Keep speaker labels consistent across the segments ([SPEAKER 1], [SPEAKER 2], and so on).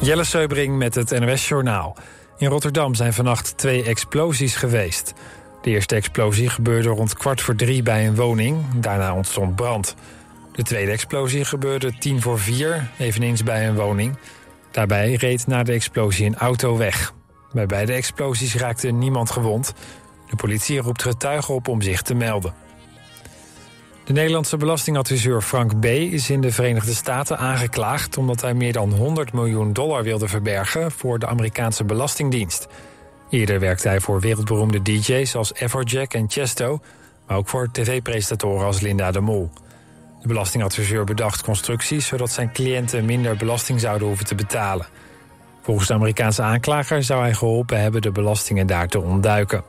[SPEAKER 1] Jelle Seubring met het NOS-journaal. In Rotterdam zijn vannacht 2 explosies geweest. De eerste explosie gebeurde rond 2:15 bij een woning. Daarna ontstond brand. De tweede explosie gebeurde 3:10, eveneens bij een woning. Daarbij reed na de explosie een auto weg. Bij beide explosies raakte niemand gewond. De politie roept getuigen op om zich te melden. De Nederlandse belastingadviseur Frank B. is in de Verenigde Staten aangeklaagd omdat hij meer dan $100 miljoen wilde verbergen voor de Amerikaanse Belastingdienst. Eerder werkte hij voor wereldberoemde DJ's als Afrojack en Chesto, maar ook voor tv-presentatoren als Linda de Mol. De belastingadviseur bedacht constructies zodat zijn cliënten minder belasting zouden hoeven te betalen. Volgens de Amerikaanse aanklager zou hij geholpen hebben de belastingen daar te ontduiken.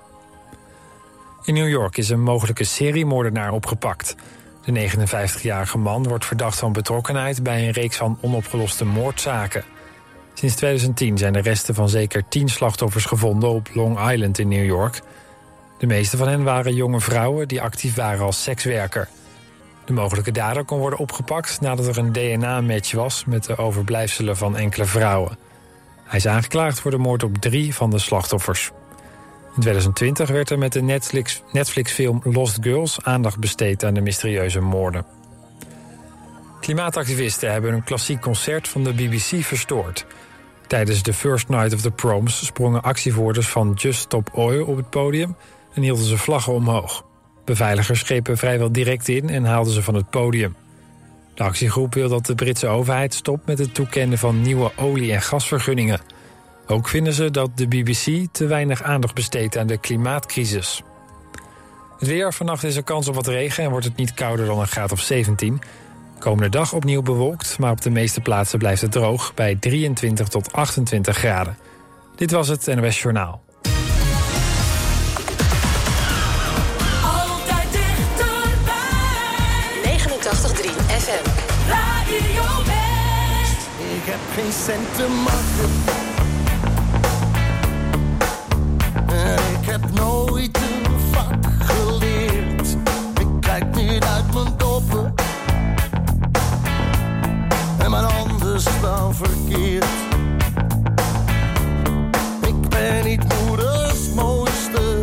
[SPEAKER 1] In New York is een mogelijke seriemoordenaar opgepakt. De 59-jarige man wordt verdacht van betrokkenheid bij een reeks van onopgeloste moordzaken. Sinds 2010 zijn de resten van zeker 10 slachtoffers gevonden op Long Island in New York. De meeste van hen waren jonge vrouwen die actief waren als sekswerker. De mogelijke dader kon worden opgepakt nadat er een DNA-match was met de overblijfselen van enkele vrouwen. Hij is aangeklaagd voor de moord op 3 van de slachtoffers. In 2020 werd er met de Netflix-film Lost Girls aandacht besteed aan de mysterieuze moorden. Klimaatactivisten hebben een klassiek concert van de BBC verstoord. Tijdens de First Night of the Proms sprongen actievoerders van Just Stop Oil op het podium en hielden ze vlaggen omhoog. Beveiligers grepen vrijwel direct in en haalden ze van het podium. De actiegroep wil dat de Britse overheid stopt met het toekennen van nieuwe olie- en gasvergunningen. Ook vinden ze dat de BBC te weinig aandacht besteedt aan de klimaatcrisis. Het weer, vannacht is er kans op wat regen en wordt het niet kouder dan een graad of 17. Komende dag opnieuw bewolkt, maar op de meeste plaatsen blijft het droog bij 23 tot 28 graden. Dit was het NOS Journaal.
[SPEAKER 2] Altijd dichterbij. 89.3 FM. Radio West.
[SPEAKER 3] Ik heb geen cent te maken. Ik heb nooit een vak geleerd. Ik kijk niet uit mijn doppen. En mijn handen staan verkeerd. Ik ben niet moeders mooiste.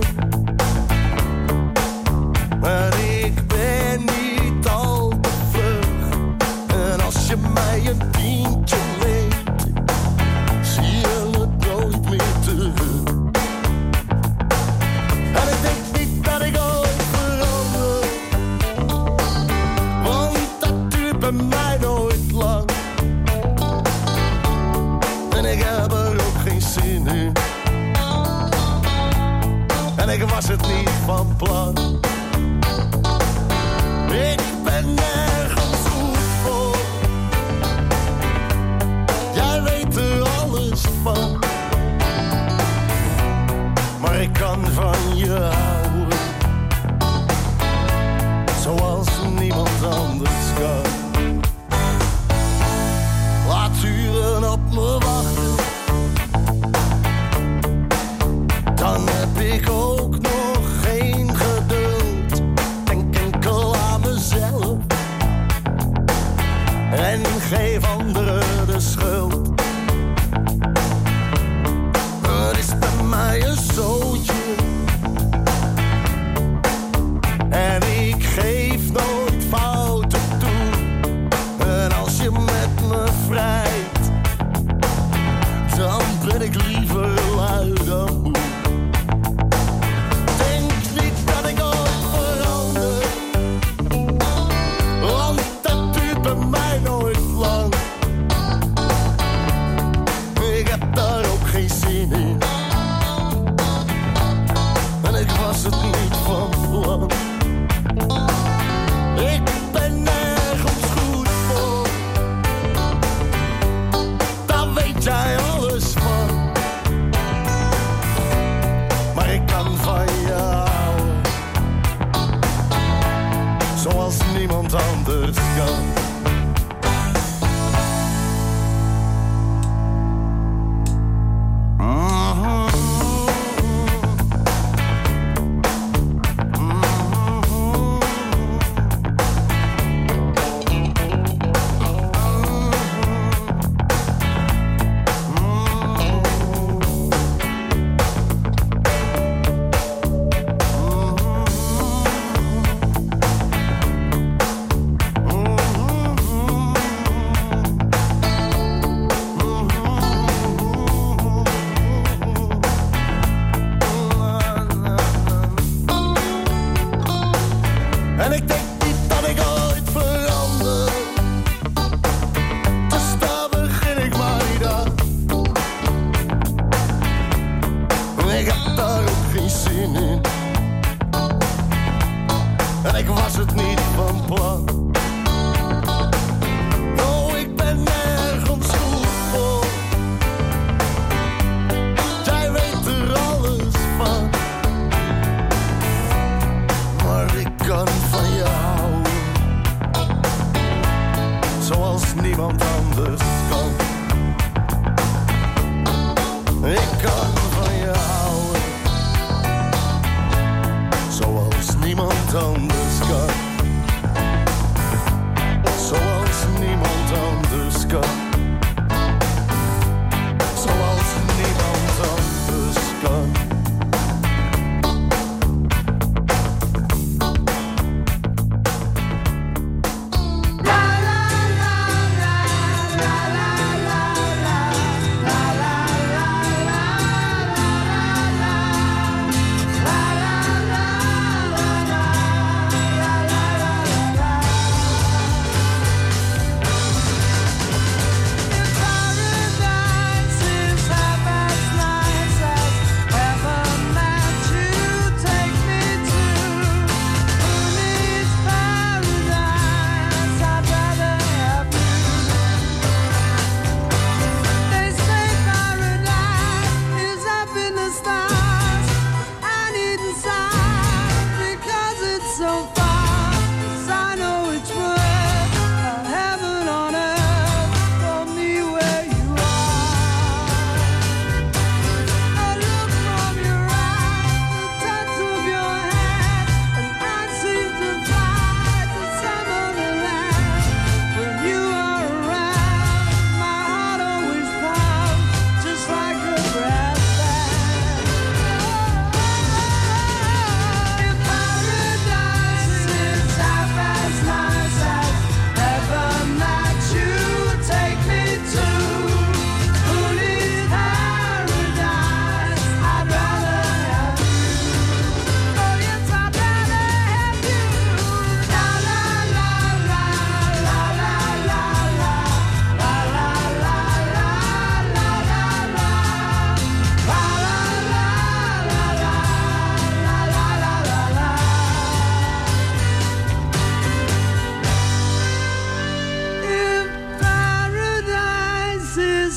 [SPEAKER 3] Maar ik ben niet al te vlug. En als je mij een tientje leent, zie je het nooit meer terug. En ik denk niet dat ik ooit verander, want dat duurt bij mij nooit lang. En ik heb er ook geen zin in. En ik was het niet van plan. Ik ben nergens goed voor. Jij weet er alles van. Maar ik kan van je houden, zoals niemand anders kan. Laat uren op me wachten, dan heb ik ook nog geen geduld. Denk enkel aan mezelf en geef anderen de schuld. Het is bij mij een zootje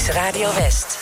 [SPEAKER 4] is Radio West.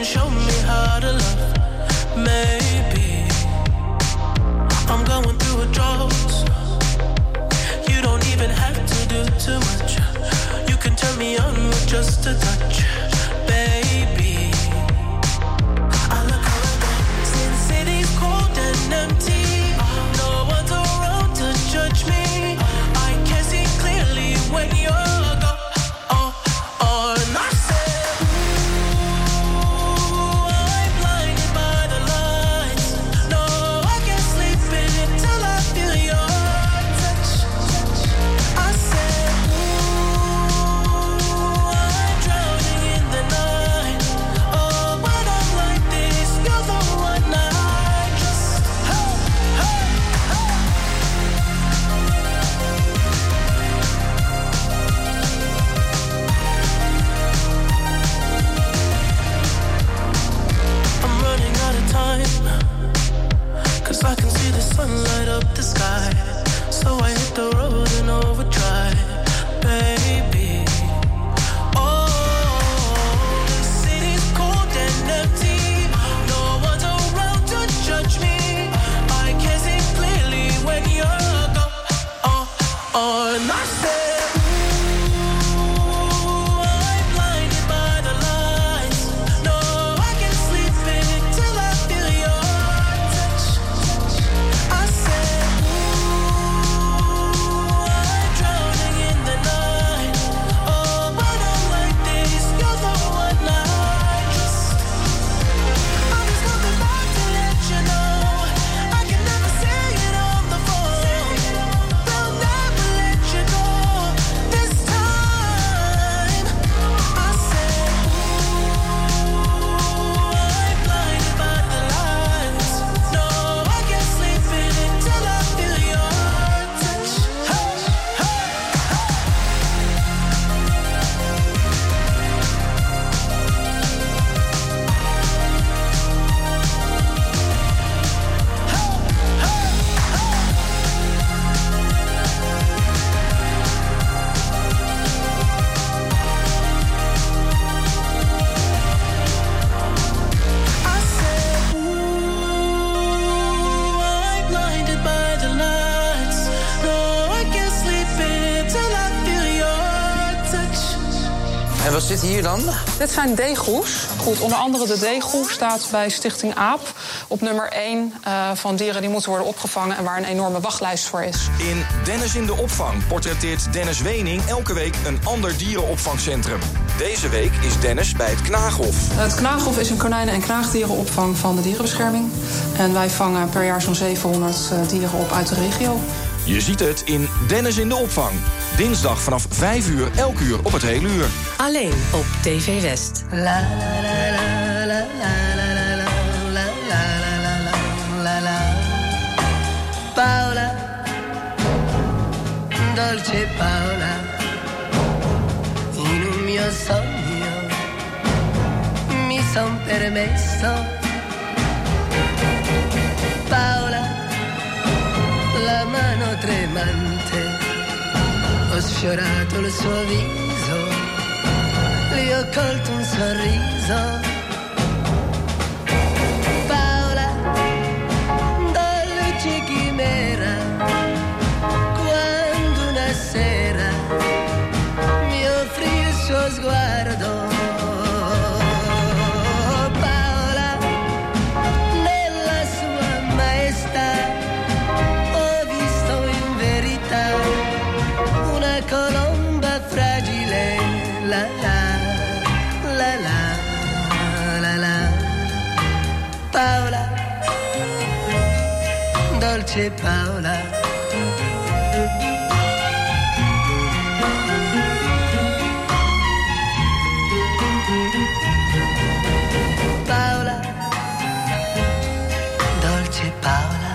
[SPEAKER 4] can show me how to love. Maybe I'm going through a drought. You don't even have to do too much. You can turn me on with just a touch, baby. I look around, since city's cold and empty, no one's around to judge me. I can see clearly when you're gone. And I said, ooh, I'm blinded by the lights. No, I can't sleep until I feel your touch. I said, ooh, I'm drowning in the night. Oh, when I'm like this, you're the one I just, hey, hey, hey. I'm running out of time, 'cause I can see the sun light up the sky. So I hit the road in overdrive, baby. Oh, the city's cold and empty. No one's around to judge me. I can see clearly when you're gone. And I said, ooh, I'm blinded by the lights. No, I can't sleep until I feel your touch. I said, ooh, I'm drowning in the night. Oh, when I'm like this, you're the one I just. I'm just coming back to let you know I can never say it on the phone. They'll never let you go this time. I said, ooh, I'm blinded by the lights. No, I can't sleep until I feel your touch. Hey, hey, I said, ooh, I'm blinded by the lights. No, I can't sleep until I feel your touch.
[SPEAKER 5] En wat zit hier dan?
[SPEAKER 6] Dit zijn deegroes. Goed, onder andere de deegroe staat bij Stichting AAP op nummer 1 van dieren die moeten worden opgevangen en waar een enorme wachtlijst voor is.
[SPEAKER 7] In Dennis in de Opvang portretteert Dennis Wening elke week een ander dierenopvangcentrum. Deze week is Dennis bij het Knaaghof.
[SPEAKER 6] Het Knaaghof is een konijnen- en knaagdierenopvang van de dierenbescherming. En wij vangen per jaar zo'n 700 dieren op uit de regio.
[SPEAKER 7] Je ziet het in Dennis in de Opvang. Dinsdag vanaf 5 uur, elk uur op het hele uur.
[SPEAKER 8] Alleen op TV West.
[SPEAKER 3] Paola, dolce Paola, in un mio sogno mi son permesso. Paola, la mano tremante, ho sfiorato il suo viso, le ho colto un sorriso. Paola, dolce chimera, quando una sera mi offrì il suo sguardo. Paola, nella sua maestà ho visto in verità una colomba fragile, la la la la la la. Paola, dolce Paola. Paola, dolce Paola.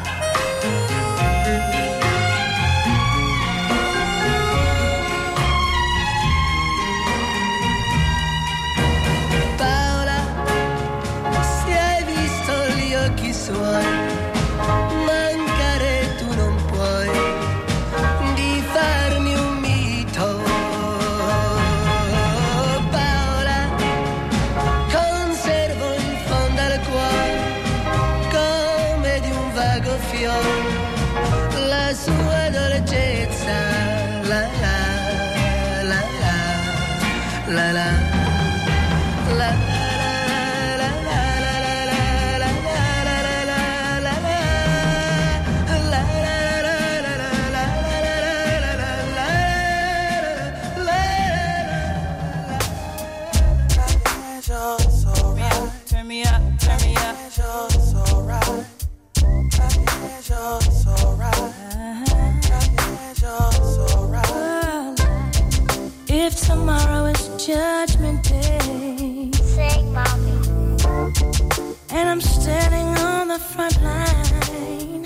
[SPEAKER 3] Paola, se hai visto gli occhi suoi, mancare tu non puoi di farmi un mito. Paola, conservo
[SPEAKER 9] sua dolcezza, la la la la la la la. If tomorrow is Judgment Day, sing, mommy. And I'm standing on the front line,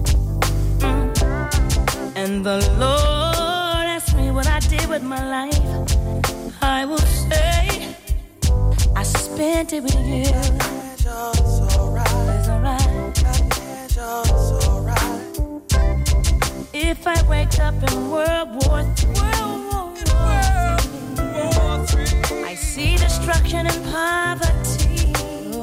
[SPEAKER 9] and the Lord asks me what I did with my life, I will say I spent it with you. It's alright. If I wake up in World War III, I see destruction and poverty,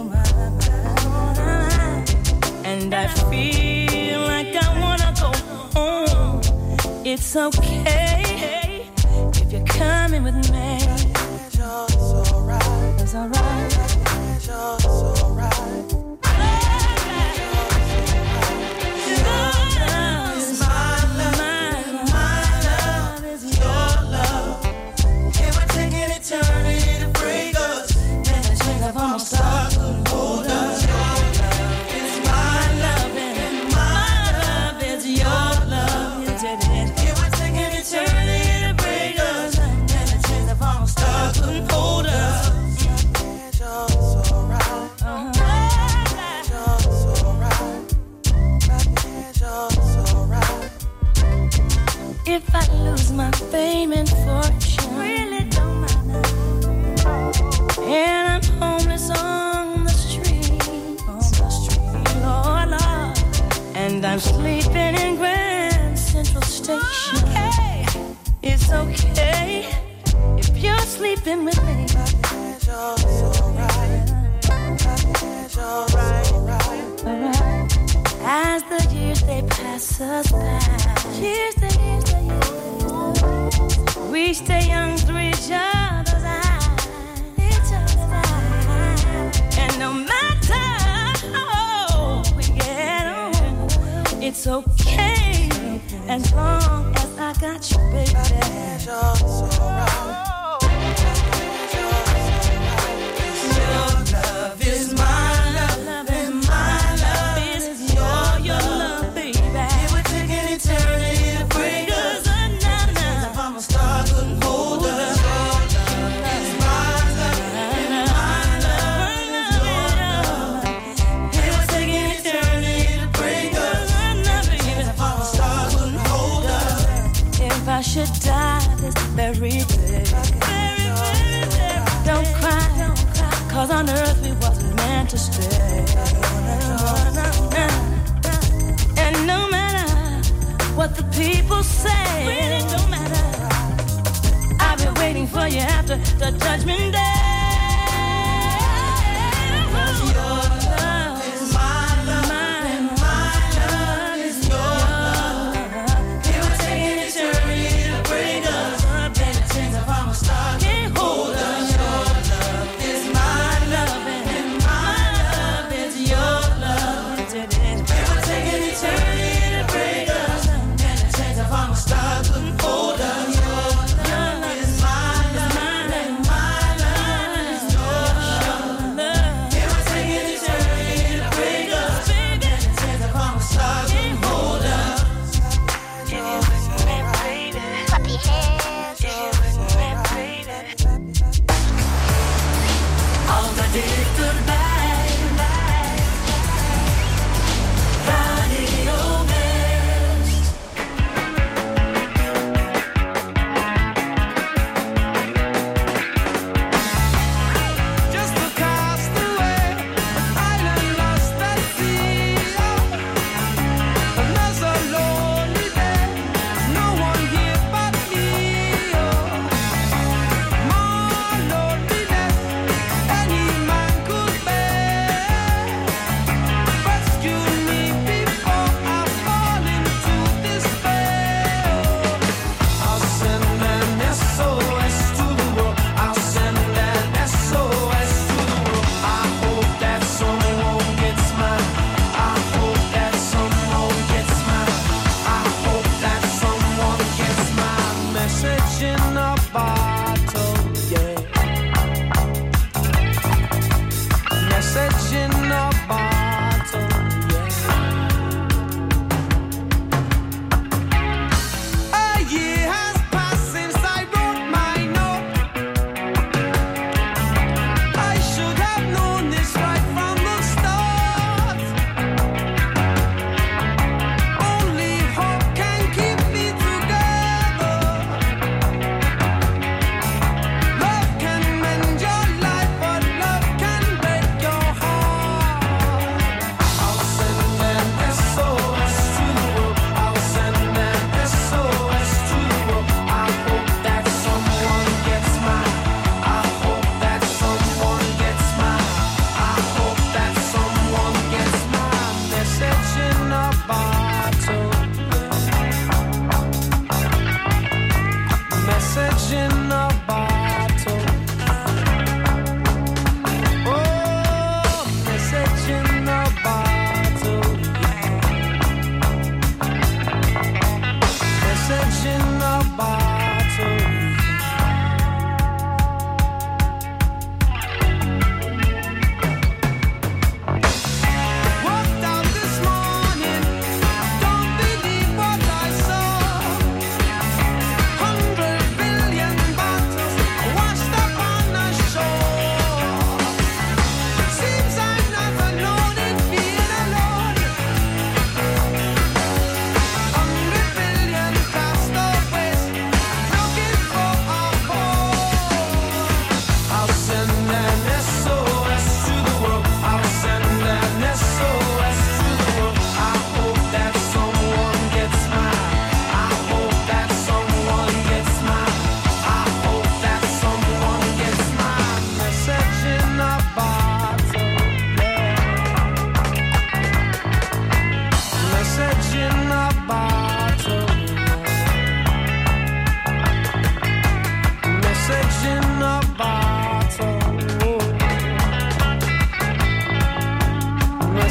[SPEAKER 9] and I feel like I wanna go home. It's okay if you're coming with me. It's alright. It's alright. If I lose my fame and fortune, really don't matter. And I'm homeless on the street, Lord, Lord. And I'm sleeping in Grand Central Station. Okay. It's okay if you're sleeping with me. As the years they pass us by, we stay young through each other's eyes. And no matter how we get on, it's okay as long as I got you, baby. Your love is my love, and my love is your love, baby. It would take an eternity to break us. I should die this very day. Don't cry, cause on earth we wasn't meant to stay. And no matter what the people say, really don't matter, I've been waiting for you after the Judgment Day. Stars couldn't hold us. Your love is my love, and my love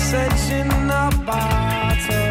[SPEAKER 10] message in a bottle.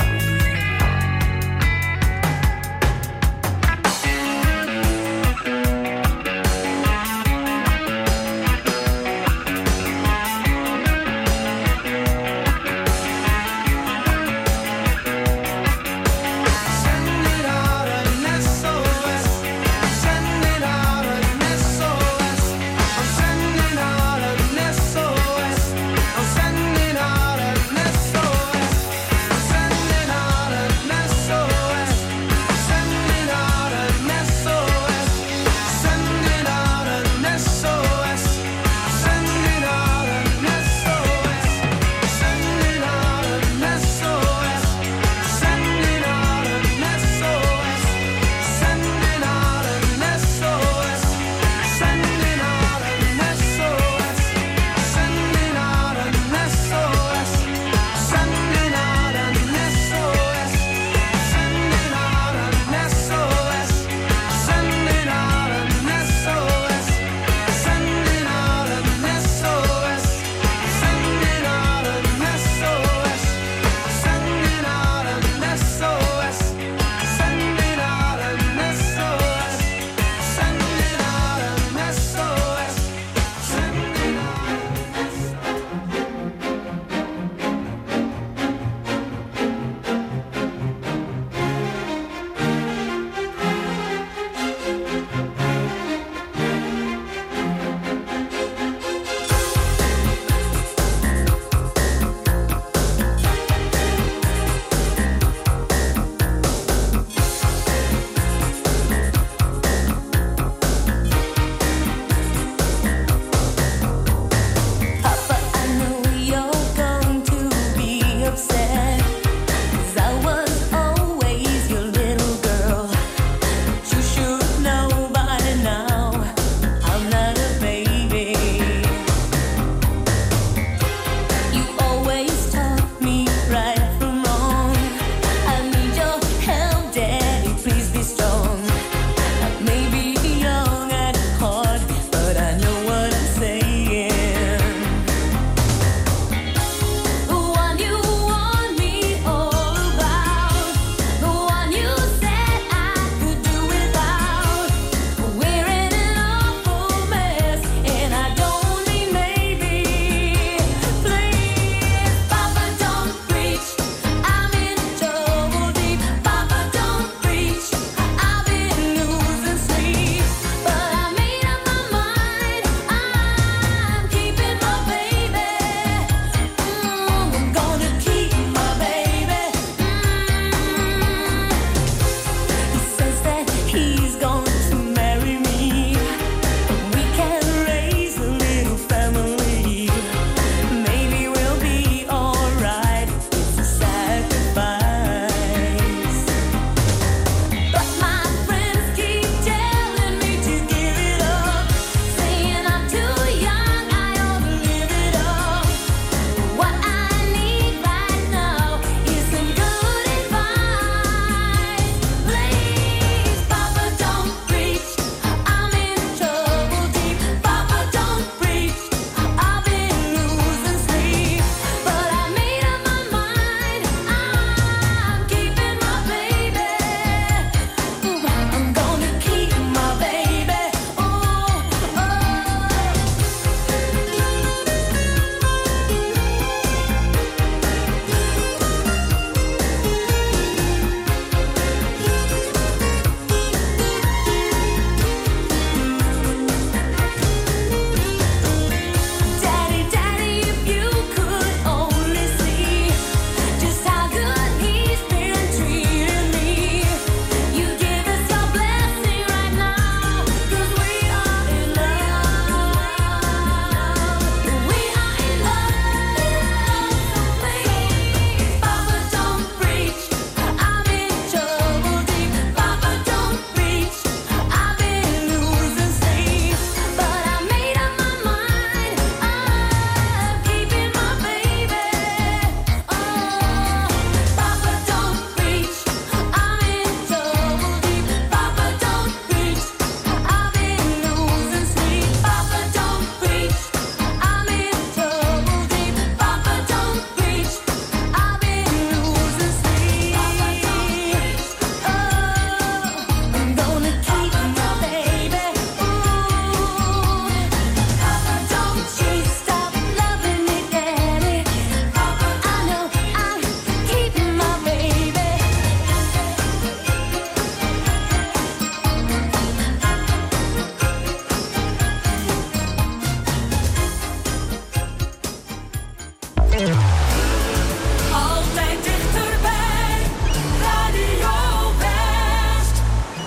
[SPEAKER 2] Altijd dichterbij, Radio West.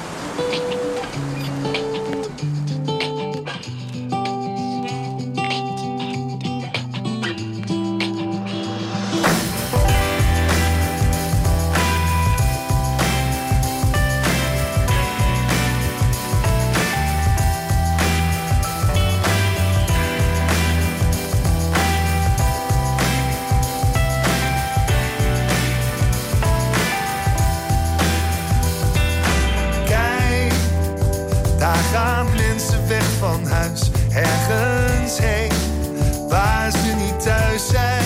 [SPEAKER 3] Van huis ergens heen waar ze niet thuis zijn.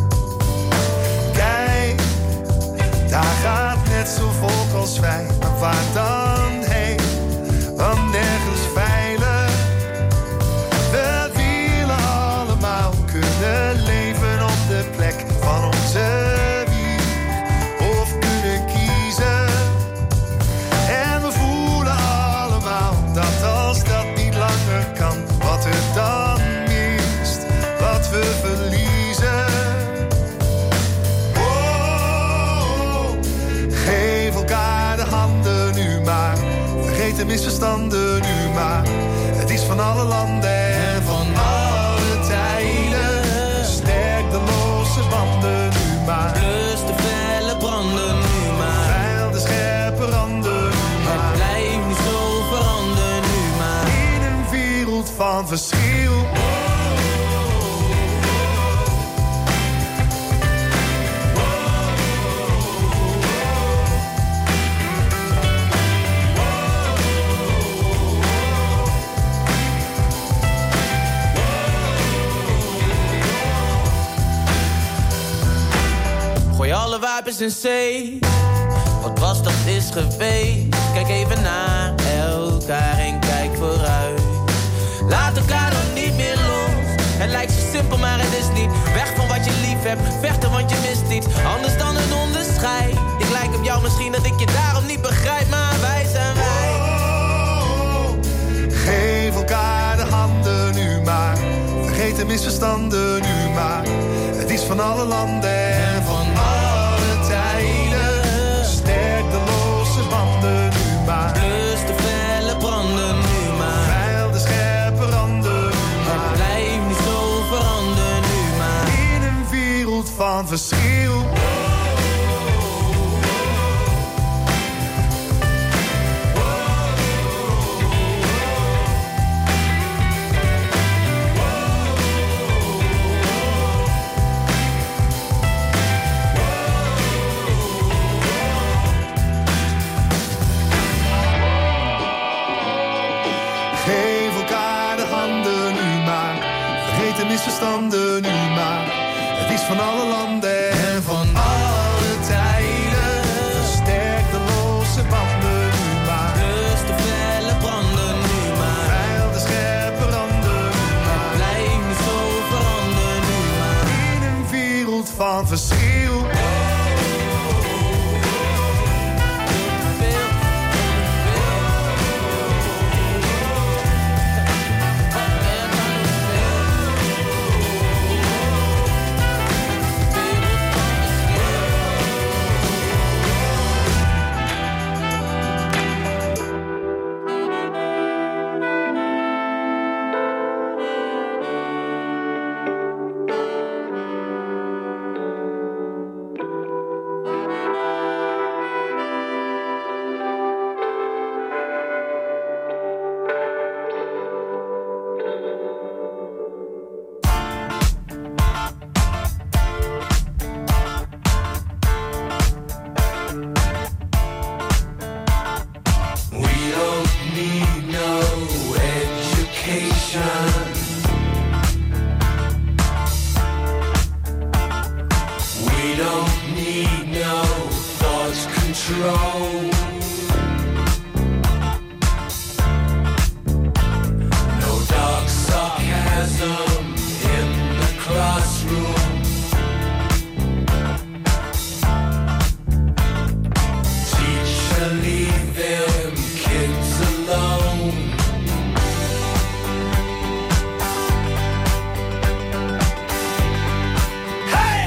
[SPEAKER 3] Kijk, daar gaat net zo volk als wij. Maar waar dan heen? Want nergens veilig. We willen allemaal kunnen leven op de plek van onze wieg. Of kunnen kiezen. En we voelen allemaal dat als dat kan, wat er dan mist, wat we verliezen. Oh, geef elkaar de handen nu maar. Vergeet de misverstanden nu maar. Het is van alle landen en van alle tijden. Sterk de losse banden nu maar.
[SPEAKER 4] Blus de felle branden nu maar.
[SPEAKER 3] Veil de scherpe randen nu maar.
[SPEAKER 4] Het blijft niet zo veranderen nu maar.
[SPEAKER 3] Van verschil.
[SPEAKER 4] Gooi alle wapens in zee. Wat was dat is geweest. Kijk even naar elkaar en kijk vooruit. Laat elkaar dan niet meer los. Het lijkt zo simpel, maar het is niet. Weg van wat je lief hebt, vechten want je mist iets. Anders dan een onderscheid. Ik lijk op jou misschien dat ik je daarom niet begrijp. Maar wij zijn wij.
[SPEAKER 3] Oh, geef elkaar de handen nu maar. Vergeet de misverstanden nu maar. Het is van alle landen en van alle tijden. Sterk de losse banden nu maar.
[SPEAKER 4] Blus de felle branden nu maar.
[SPEAKER 3] Veil de scherpe randen nu maar.
[SPEAKER 4] Het blijft niet zo veranderen nu maar.
[SPEAKER 3] In een wereld van verschil. Misverstanden nu maar. Het is van alle landen en van alle tijden. Versterk de losse banden nu maar.
[SPEAKER 4] Blus de felle branden nu maar.
[SPEAKER 3] Veil de scherpe randen nu maar.
[SPEAKER 4] Het blijft niet zo veranderen nu maar.
[SPEAKER 3] In een wereld van verschil. Hey!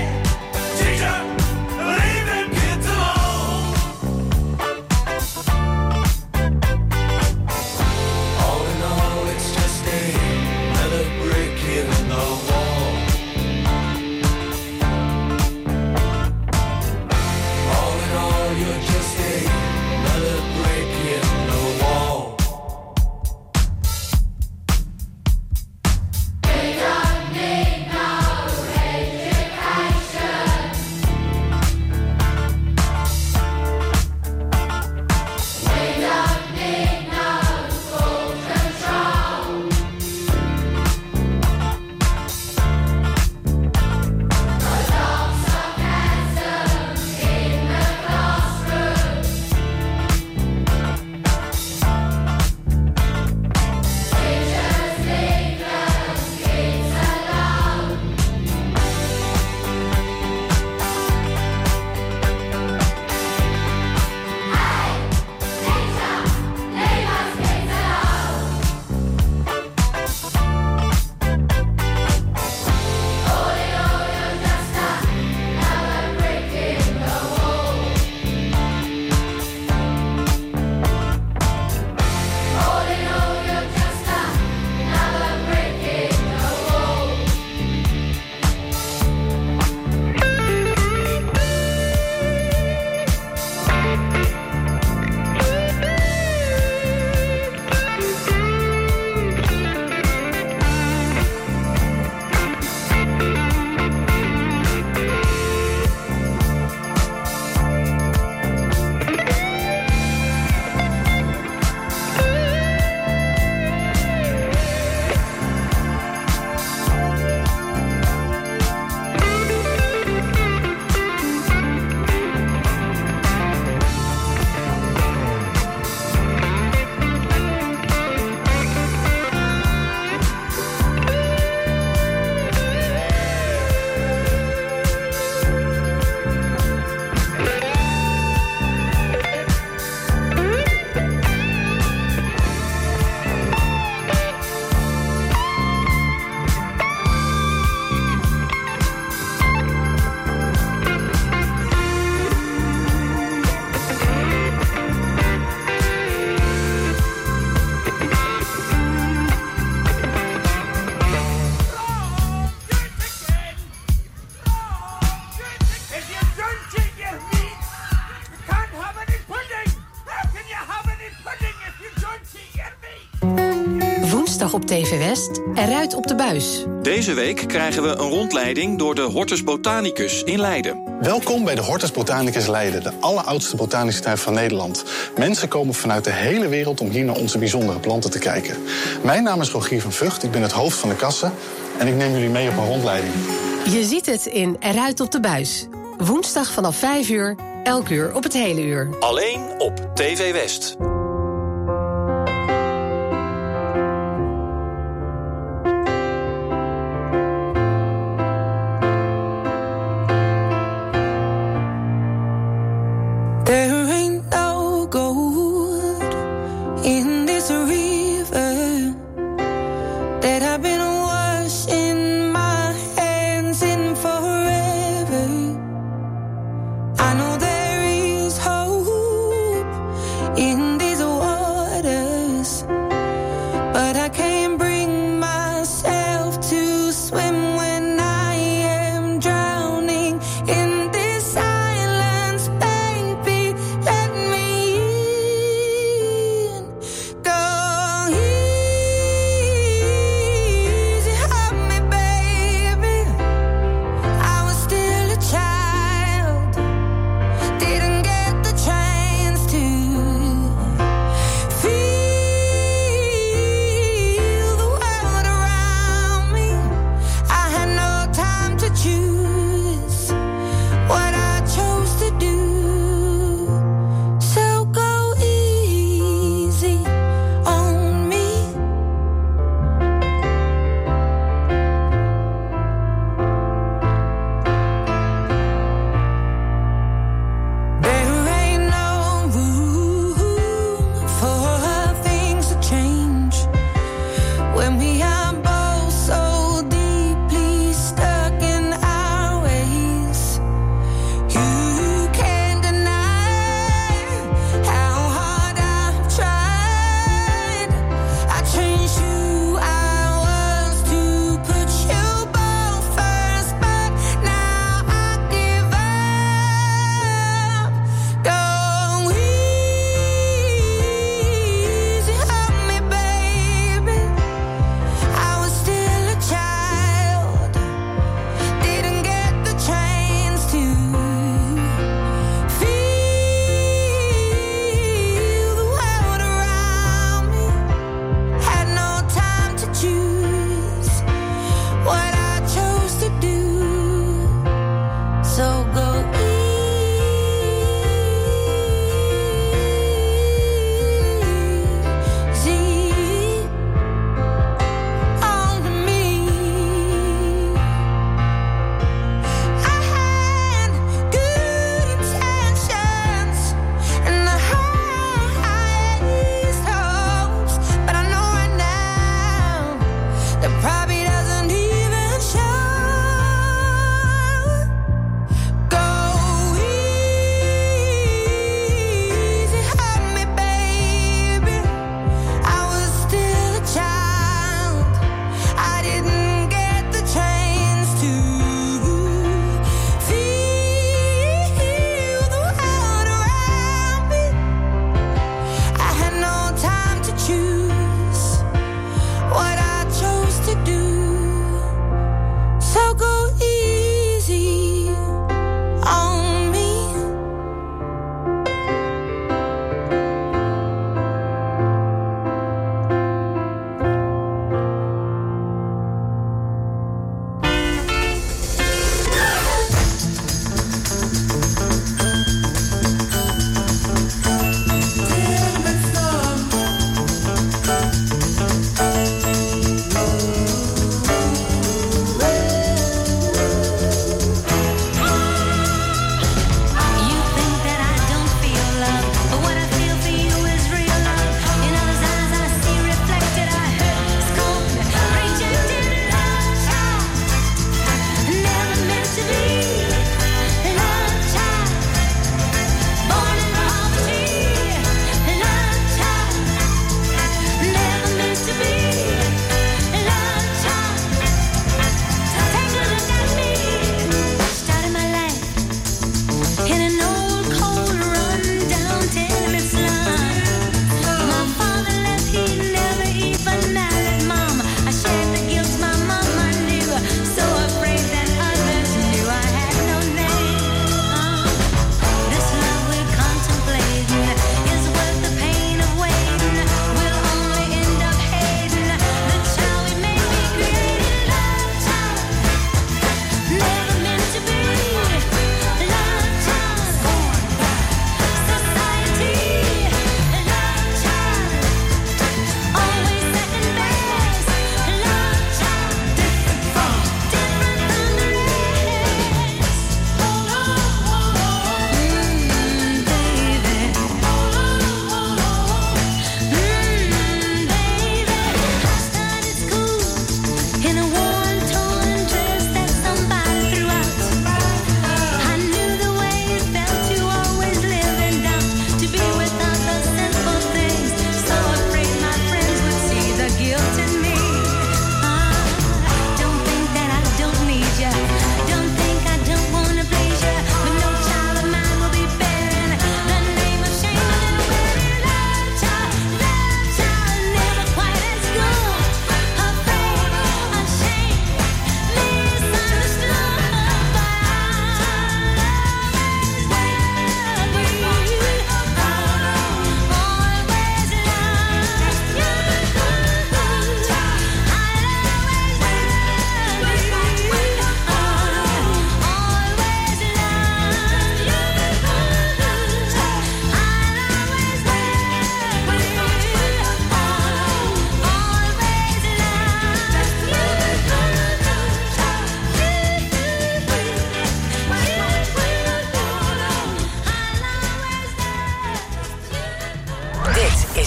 [SPEAKER 8] woensdag op TV West, Eruit op de buis.
[SPEAKER 7] Deze week krijgen we een rondleiding door de Hortus Botanicus in Leiden.
[SPEAKER 11] Welkom bij de Hortus Botanicus Leiden, de alleroudste botanische tuin van Nederland. Mensen komen vanuit de hele wereld om hier naar onze bijzondere planten te kijken. Mijn naam is Rogier van Vught, ik ben het hoofd van de kassen en ik neem jullie mee op een rondleiding.
[SPEAKER 8] Je ziet het in Eruit op de buis. Woensdag vanaf 5 uur, elk uur op het hele uur.
[SPEAKER 7] Alleen op TV West.
[SPEAKER 9] There ain't no gold in this river that I've been washing my hands in forever. I know there is hope in this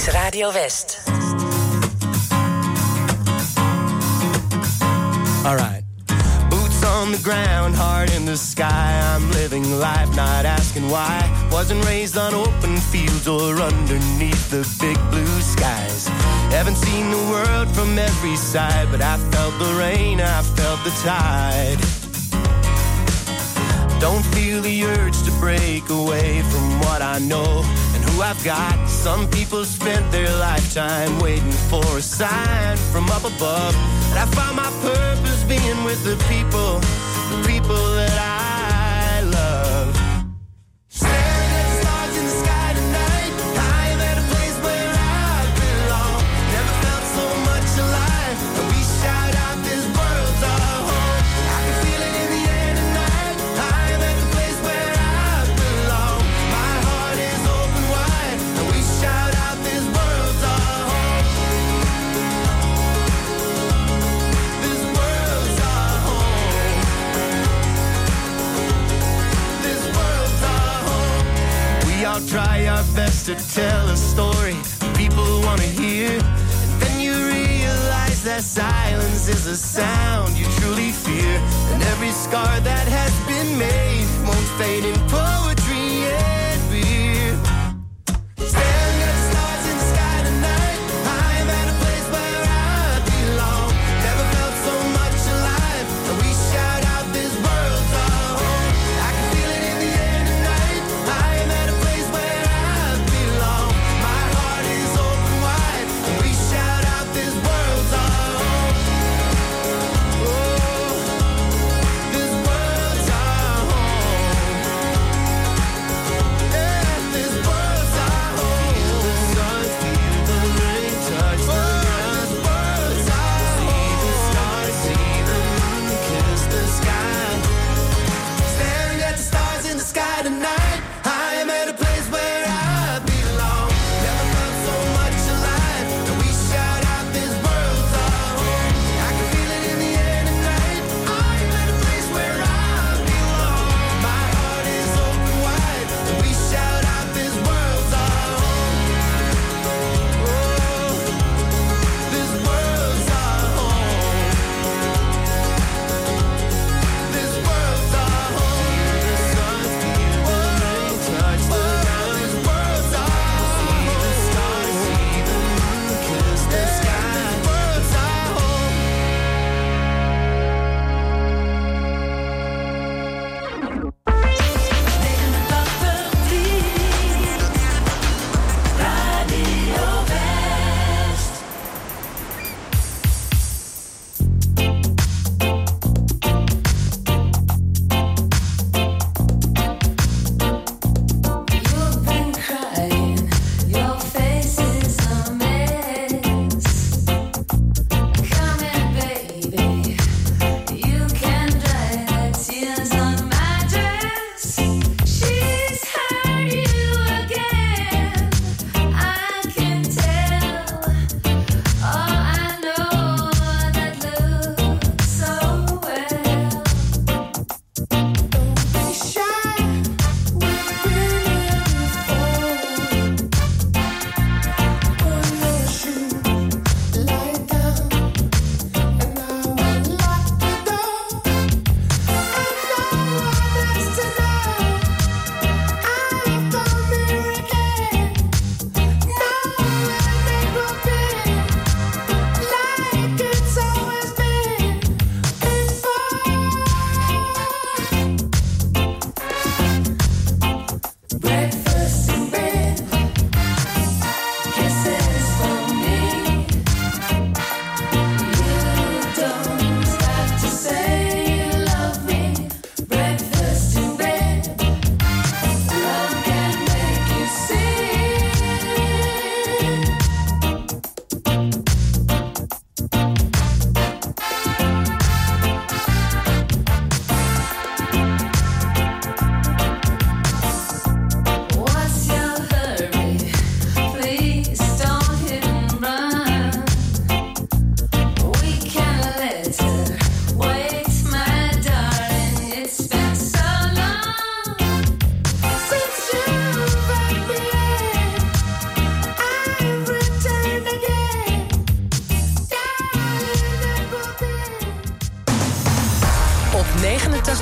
[SPEAKER 8] is Radio West.
[SPEAKER 10] All right. Boots on the ground, heart in the sky. I'm living life, not asking why. Wasn't raised on open fields or underneath the big blue skies. Haven't seen the world from every side, but I felt the rain, I felt the tide. Don't feel the urge to break away from what I know and who I've got. Some people spent their lifetime waiting for a sign from up above. And I found my purpose being with the people that I love. Staring at the stars in the sky tonight, I'm at a place where I belong. Never felt so much alive, and we shout out this world's our home. I can feel it in the air tonight, I'm at the place where I belong. My heart is open wide, and we shout out this world's our home. This world's our home. This world's our home. We all try our best to tell a story people want to hear. And then you realize that silence is a sound you truly fear. And every scar that has been made won't fade in poetry and beer. Staring at the stars in the sky tonight, I'm at a place where I belong. Never felt so much alive, and we shout out this world's our home. I can feel it in the air tonight, I'm at a place where I belong. My heart is open wide, and we shout out this world's our home. Oh, this world's our home.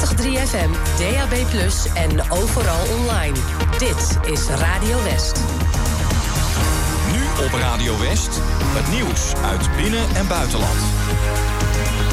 [SPEAKER 8] FM, DAB+, en overal online. Dit is Radio West.
[SPEAKER 7] Nu op Radio West, het nieuws uit binnen- en buitenland.